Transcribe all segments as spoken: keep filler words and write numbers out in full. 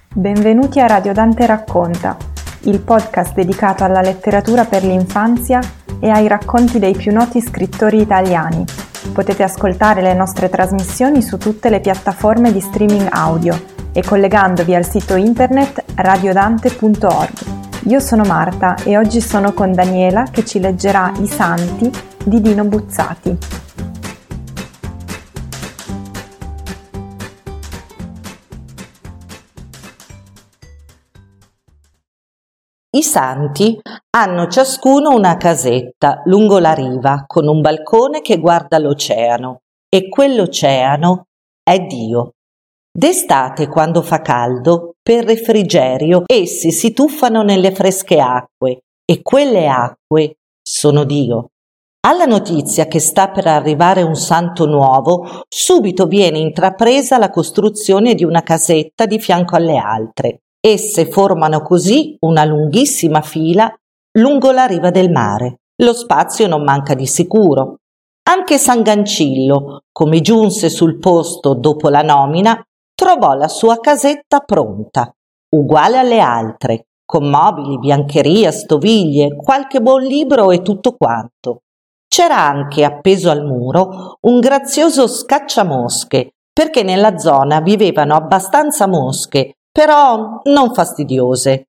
Benvenuti a Radio Dante Racconta, il podcast dedicato alla letteratura per l'infanzia e ai racconti dei più noti scrittori italiani. Potete ascoltare le nostre trasmissioni su tutte le piattaforme di streaming audio e collegandovi al sito internet radiodante punto org. Io sono Marta e oggi sono con Daniela che ci leggerà I Santi di Dino Buzzati. I Santi hanno ciascuno una casetta lungo la riva con un balcone che guarda l'oceano e quell'oceano è Dio. D'estate, quando fa caldo, per refrigerio essi si tuffano nelle fresche acque e quelle acque sono Dio. Alla notizia che sta per arrivare un santo nuovo, subito viene intrapresa la costruzione di una casetta di fianco alle altre. Esse formano così una lunghissima fila lungo la riva del mare. Lo spazio non manca di sicuro. Anche San Gancillo, come giunse sul posto dopo la nomina, trovò la sua casetta pronta, uguale alle altre, con mobili, biancheria, stoviglie, qualche buon libro e tutto quanto. C'era anche appeso al muro un grazioso scacciamosche, perché nella zona vivevano abbastanza mosche, però non fastidiose.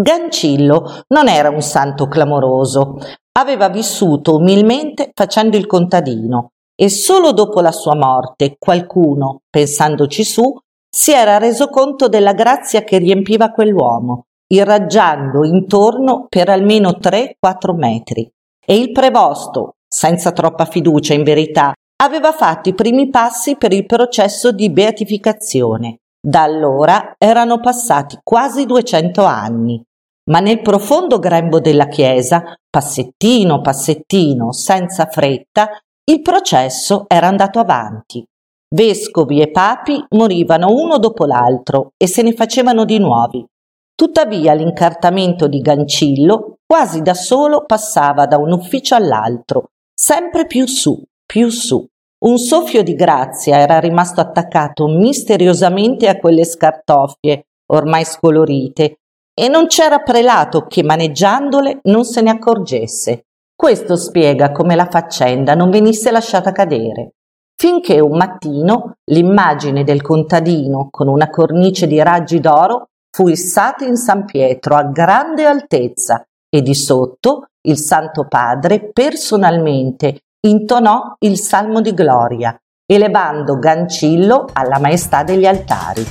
Gancillo non era un santo clamoroso, aveva vissuto umilmente facendo il contadino e solo dopo la sua morte qualcuno, pensandoci su, si era reso conto della grazia che riempiva quell'uomo, irraggiando intorno per almeno tre quattro metri. E il prevosto, senza troppa fiducia in verità, aveva fatto i primi passi per il processo di beatificazione. Da allora erano passati quasi duecento anni, ma nel profondo grembo della chiesa, passettino passettino, senza fretta, il processo era andato avanti. Vescovi e papi morivano uno dopo l'altro e se ne facevano di nuovi. Tuttavia l'incartamento di Gancillo quasi da solo passava da un ufficio all'altro, sempre più su, più su. Un soffio di grazia era rimasto attaccato misteriosamente a quelle scartoffie, ormai scolorite, e non c'era prelato che maneggiandole non se ne accorgesse. Questo spiega come la faccenda non venisse lasciata cadere, finché un mattino l'immagine del contadino con una cornice di raggi d'oro fu issata in San Pietro a grande altezza e di sotto il Santo Padre personalmente intonò il Salmo di Gloria, elevando Gancillo alla maestà degli altari.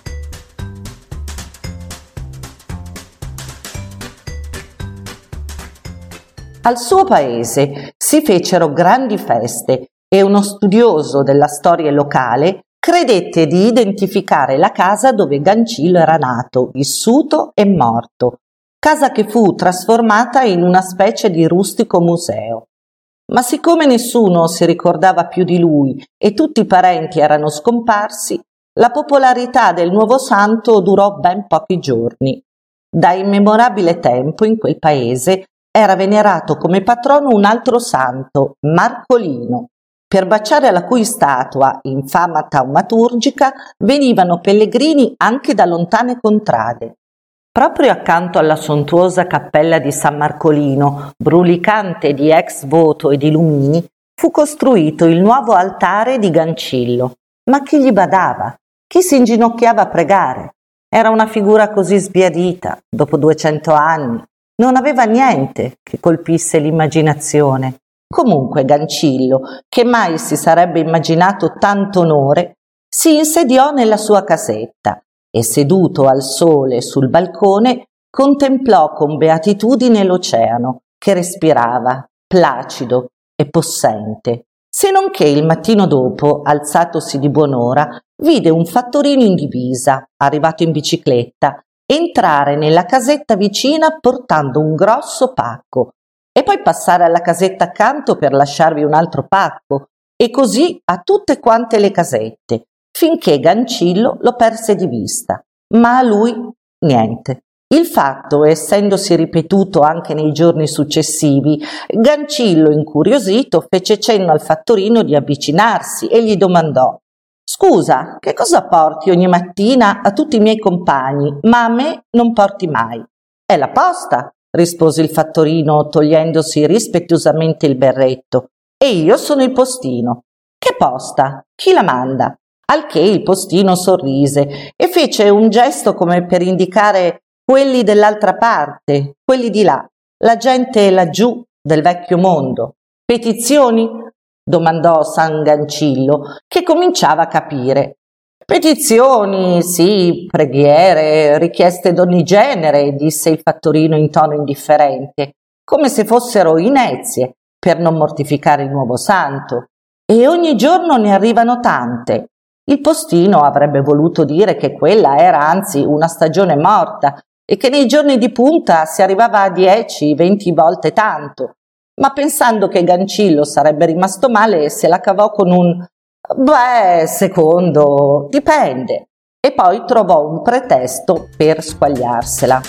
Al suo paese si fecero grandi feste e uno studioso della storia locale credette di identificare la casa dove Gancillo era nato, vissuto e morto, casa che fu trasformata in una specie di rustico museo. Ma siccome nessuno si ricordava più di lui e tutti i parenti erano scomparsi, la popolarità del nuovo santo durò ben pochi giorni. Da immemorabile tempo in quel paese era venerato come patrono un altro santo, Marcolino, per baciare la cui statua, in fama taumaturgica, venivano pellegrini anche da lontane contrade. Proprio accanto alla sontuosa cappella di San Marcolino, brulicante di ex voto e di lumini, fu costruito il nuovo altare di Gancillo. Ma chi gli badava? Chi si inginocchiava a pregare? Era una figura così sbiadita, dopo duecento anni. Non aveva niente che colpisse l'immaginazione. Comunque Gancillo, che mai si sarebbe immaginato tanto onore, si insediò nella sua casetta e seduto al sole sul balcone contemplò con beatitudine l'oceano che respirava, placido e possente. Se non che il mattino dopo, alzatosi di buon'ora, vide un fattorino in divisa, arrivato in bicicletta, entrare nella casetta vicina portando un grosso pacco e poi passare alla casetta accanto per lasciarvi un altro pacco e così a tutte quante le casette, finché Gancillo lo perse di vista, ma a lui niente. Il fatto, essendosi ripetuto anche nei giorni successivi, Gancillo, incuriosito, fece cenno al fattorino di avvicinarsi e gli domandò: «Scusa, che cosa porti ogni mattina a tutti i miei compagni, ma a me non porti mai?» «È la posta», rispose il fattorino togliendosi rispettosamente il berretto. «E io sono il postino». «Che posta? Chi la manda?» Al che il postino sorrise e fece un gesto come per indicare quelli dell'altra parte, quelli di là, la gente laggiù del vecchio mondo. «Petizioni?» domandò San Gancillo, che cominciava a capire. «Petizioni, sì, preghiere, richieste d'ogni genere», disse il fattorino in tono indifferente, come se fossero inezie per non mortificare il nuovo santo. «E ogni giorno ne arrivano tante». Il postino avrebbe voluto dire che quella era anzi una stagione morta e che nei giorni di punta si arrivava a dieci, venti volte tanto, ma pensando che Gancillo sarebbe rimasto male se la cavò con un «beh, secondo, dipende», e poi trovò un pretesto per squagliarsela.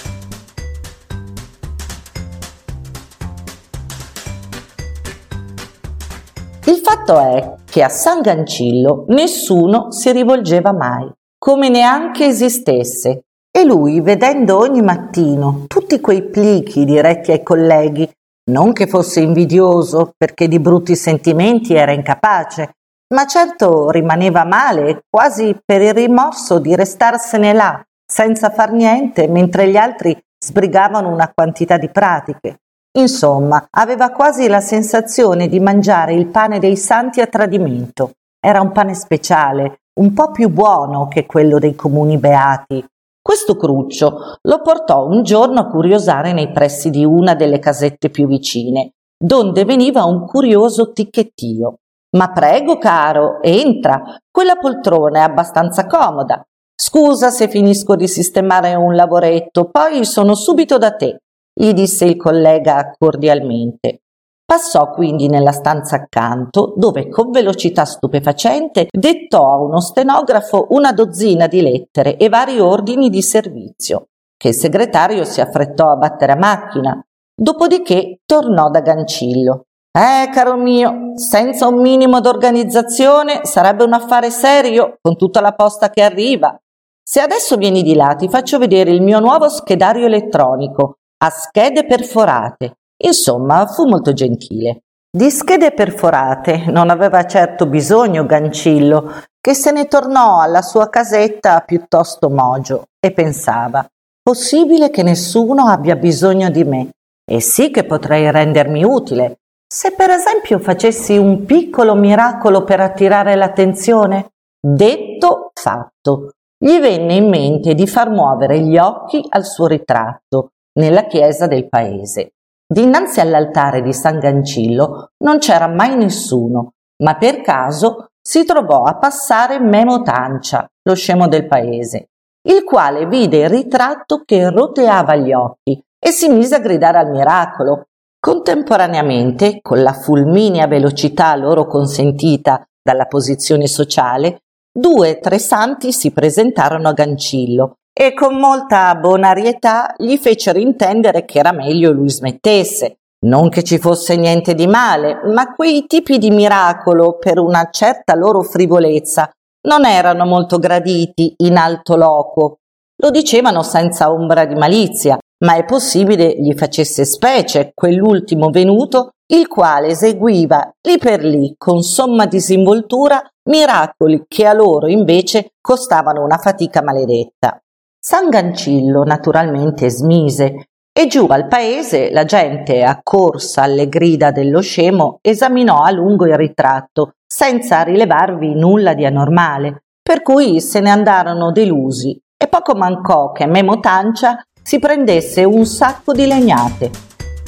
Il fatto è che a San Gancillo nessuno si rivolgeva mai, come neanche esistesse, e lui, vedendo ogni mattino tutti quei plichi diretti ai colleghi, non che fosse invidioso, perché di brutti sentimenti era incapace, ma certo rimaneva male quasi per il rimorso di restarsene là, senza far niente, mentre gli altri sbrigavano una quantità di pratiche. Insomma, aveva quasi la sensazione di mangiare il pane dei santi a tradimento. Era un pane speciale, un po' più buono che quello dei comuni beati. Questo Cruccio lo portò un giorno a curiosare nei pressi di una delle casette più vicine, donde veniva un curioso ticchettio. «Ma prego, caro, entra, quella poltrona è abbastanza comoda. Scusa se finisco di sistemare un lavoretto, poi sono subito da te», gli disse il collega cordialmente. Passò quindi nella stanza accanto, dove con velocità stupefacente dettò a uno stenografo una dozzina di lettere e vari ordini di servizio, che il segretario si affrettò a battere a macchina. Dopodiché tornò da Gancillo. «Eh, caro mio, senza un minimo d'organizzazione sarebbe un affare serio, con tutta la posta che arriva. Se adesso vieni di là ti faccio vedere il mio nuovo schedario elettronico, a schede perforate». Insomma, fu molto gentile. Di schede perforate non aveva certo bisogno Gancillo, che se ne tornò alla sua casetta piuttosto mogio e pensava: «Possibile che nessuno abbia bisogno di me? E sì che potrei rendermi utile. Se per esempio facessi un piccolo miracolo per attirare l'attenzione?» Detto, fatto. Gli venne in mente di far muovere gli occhi al suo ritratto nella chiesa del paese. Dinanzi all'altare di San Gancillo non c'era mai nessuno, ma per caso si trovò a passare Memo Tancia, lo scemo del paese, il quale vide il ritratto che roteava gli occhi e si mise a gridare al miracolo. Contemporaneamente, con la fulminea velocità loro consentita dalla posizione sociale, due o tre santi si presentarono a Gancillo e con molta bonarietà gli fecero intendere che era meglio lui smettesse. Non che ci fosse niente di male, ma quei tipi di miracolo, per una certa loro frivolezza, non erano molto graditi in alto loco. Lo dicevano senza ombra di malizia, ma è possibile gli facesse specie quell'ultimo venuto, il quale eseguiva lì per lì, con somma disinvoltura, miracoli che a loro invece costavano una fatica maledetta. San Gancillo naturalmente smise e giù al paese la gente, accorsa alle grida dello scemo, esaminò a lungo il ritratto senza rilevarvi nulla di anormale, per cui se ne andarono delusi e poco mancò che Memo Tancia si prendesse un sacco di legnate.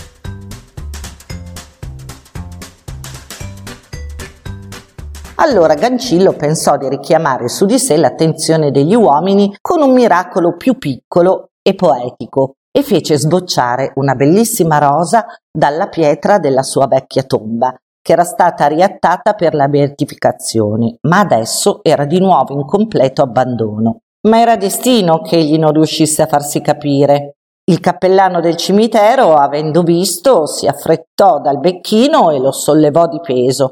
Allora Gancillo pensò di richiamare su di sé l'attenzione degli uomini con un miracolo più piccolo e poetico e fece sbocciare una bellissima rosa dalla pietra della sua vecchia tomba, che era stata riattata per la beatificazione, ma adesso era di nuovo in completo abbandono. Ma era destino che egli non riuscisse a farsi capire. Il cappellano del cimitero, avendo visto, si affrettò dal becchino e lo sollevò di peso.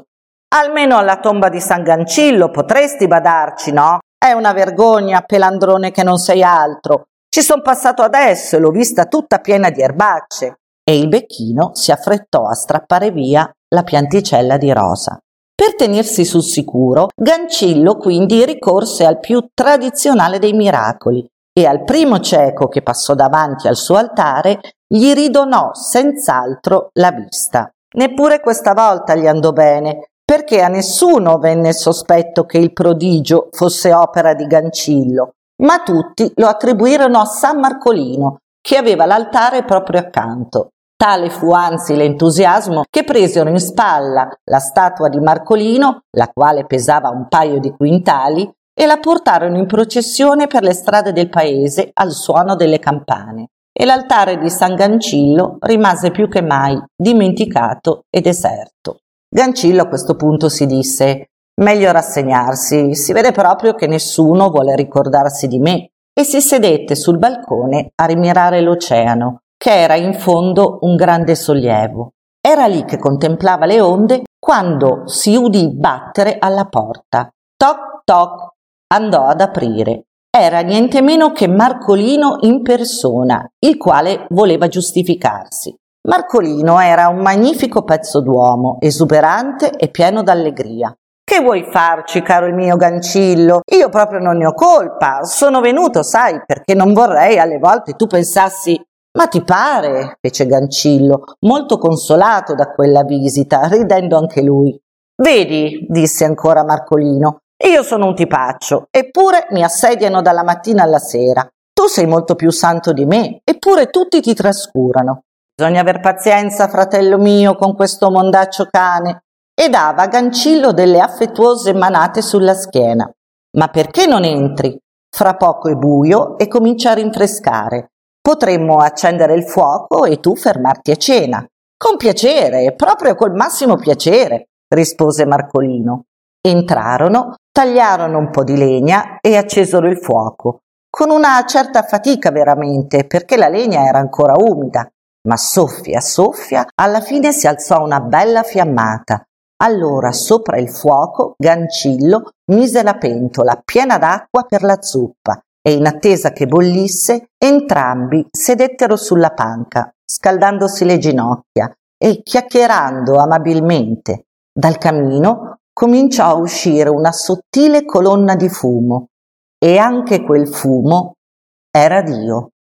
Almeno alla tomba di San Gancillo potresti badarci, no? È una vergogna, pelandrone che non sei altro. Ci son passato adesso e l'ho vista tutta piena di erbacce. E il becchino si affrettò a strappare via la pianticella di rosa. Per tenersi sul sicuro, Gancillo quindi ricorse al più tradizionale dei miracoli e al primo cieco che passò davanti al suo altare gli ridonò senz'altro la vista. Neppure questa volta gli andò bene, perché a nessuno venne il sospetto che il prodigio fosse opera di Gancillo, ma tutti lo attribuirono a San Marcolino, che aveva l'altare proprio accanto. Tale fu anzi l'entusiasmo che presero in spalla la statua di Marcolino, la quale pesava un paio di quintali, e la portarono in processione per le strade del paese al suono delle campane. E l'altare di San Gancillo rimase più che mai dimenticato e deserto. Gancillo a questo punto si disse: meglio rassegnarsi, si vede proprio che nessuno vuole ricordarsi di me, e si sedette sul balcone a rimirare l'oceano, che era in fondo un grande sollievo. Era lì che contemplava le onde quando si udì battere alla porta. Toc toc, andò ad aprire. Era niente meno che Marcolino in persona, il quale voleva giustificarsi. Marcolino era un magnifico pezzo d'uomo, esuberante e pieno d'allegria. Che vuoi farci, caro il mio Gancillo? Io proprio non ne ho colpa. Sono venuto, sai, perché non vorrei alle volte tu pensassi... Ma ti pare? Fece Gancillo, molto consolato da quella visita, ridendo anche lui. Vedi, disse ancora Marcolino, io sono un tipaccio, eppure mi assediano dalla mattina alla sera. Tu sei molto più santo di me, eppure tutti ti trascurano. Bisogna aver pazienza, fratello mio, con questo mondaccio cane. E dava a Gancillo delle affettuose manate sulla schiena. Ma perché non entri? Fra poco è buio e comincia a rinfrescare. Potremmo accendere il fuoco e tu fermarti a cena. Con piacere, proprio col massimo piacere, rispose Marcolino. Entrarono, tagliarono un po' di legna e accesero il fuoco, con una certa fatica veramente, perché la legna era ancora umida, ma soffia, soffia, alla fine si alzò una bella fiammata. Allora sopra il fuoco Gancillo mise la pentola piena d'acqua per la zuppa, e in attesa che bollisse entrambi sedettero sulla panca, scaldandosi le ginocchia e chiacchierando amabilmente. Dal camino cominciò a uscire una sottile colonna di fumo, e anche quel fumo era Dio.